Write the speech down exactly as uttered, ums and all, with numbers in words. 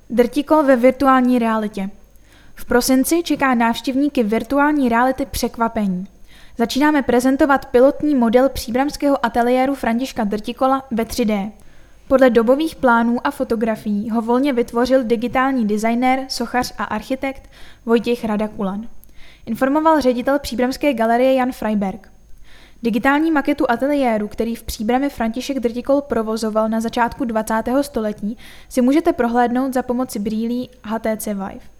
Drtikol ve virtuální realitě. V prosinci čeká návštěvníky virtuální reality překvapení. Začínáme prezentovat pilotní model příbramského ateliéru Františka Drtikola ve tři dé. Podle dobových plánů a fotografií ho volně vytvořil digitální designér, sochař a architekt Vojtěch Radakulan. Informoval ředitel Příbramské galerie Jan Freiberg. Digitální maketu ateliéru, který v Příbrami František Drtikol provozoval na začátku dvacátého století, si můžete prohlédnout za pomoci brýlí H T C Vive.